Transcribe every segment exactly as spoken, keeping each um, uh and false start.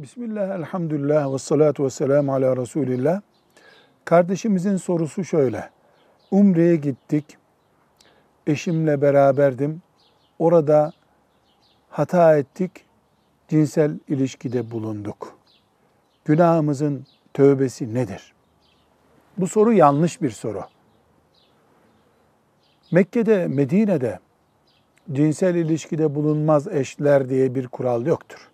Bismillah, elhamdülillah ve salatu ve selamu ala Resulillah. Kardeşimizin sorusu şöyle. Umre'ye gittik, eşimle beraberdim. Orada hata ettik, cinsel ilişkide bulunduk. Günahımızın tövbesi nedir? Bu soru yanlış bir soru. Mekke'de, Medine'de cinsel ilişkide bulunmaz eşler diye bir kural yoktur.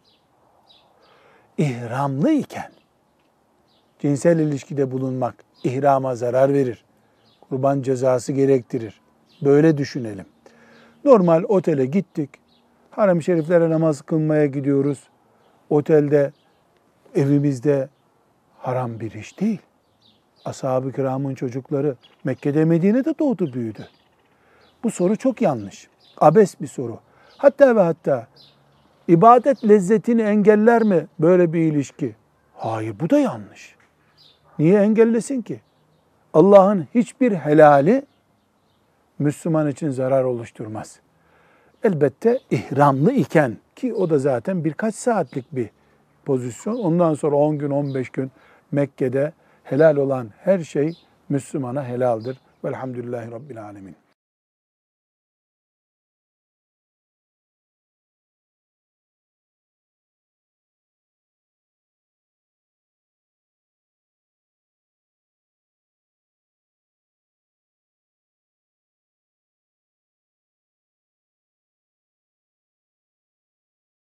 İhramlı iken cinsel ilişkide bulunmak ihrama zarar verir. Kurban cezası gerektirir. Böyle düşünelim. Normal otele gittik. Harem-i şeriflere namaz kılmaya gidiyoruz. Otelde, evimizde haram bir iş değil. Ashab-ı kiramın çocukları Mekke'de, Medine'de doğdu büyüdü. Bu soru çok yanlış. Abes bir soru. Hatta ve hatta ibadet lezzetini engeller mi böyle bir ilişki? Hayır, bu da yanlış. Niye engellesin ki? Allah'ın hiçbir helali Müslüman için zarar oluşturmaz. Elbette ihramlı iken, ki o da zaten birkaç saatlik bir pozisyon. Ondan sonra on gün, on beş gün Mekke'de helal olan her şey Müslümana helaldir. Velhamdülillahi Rabbil Alemin.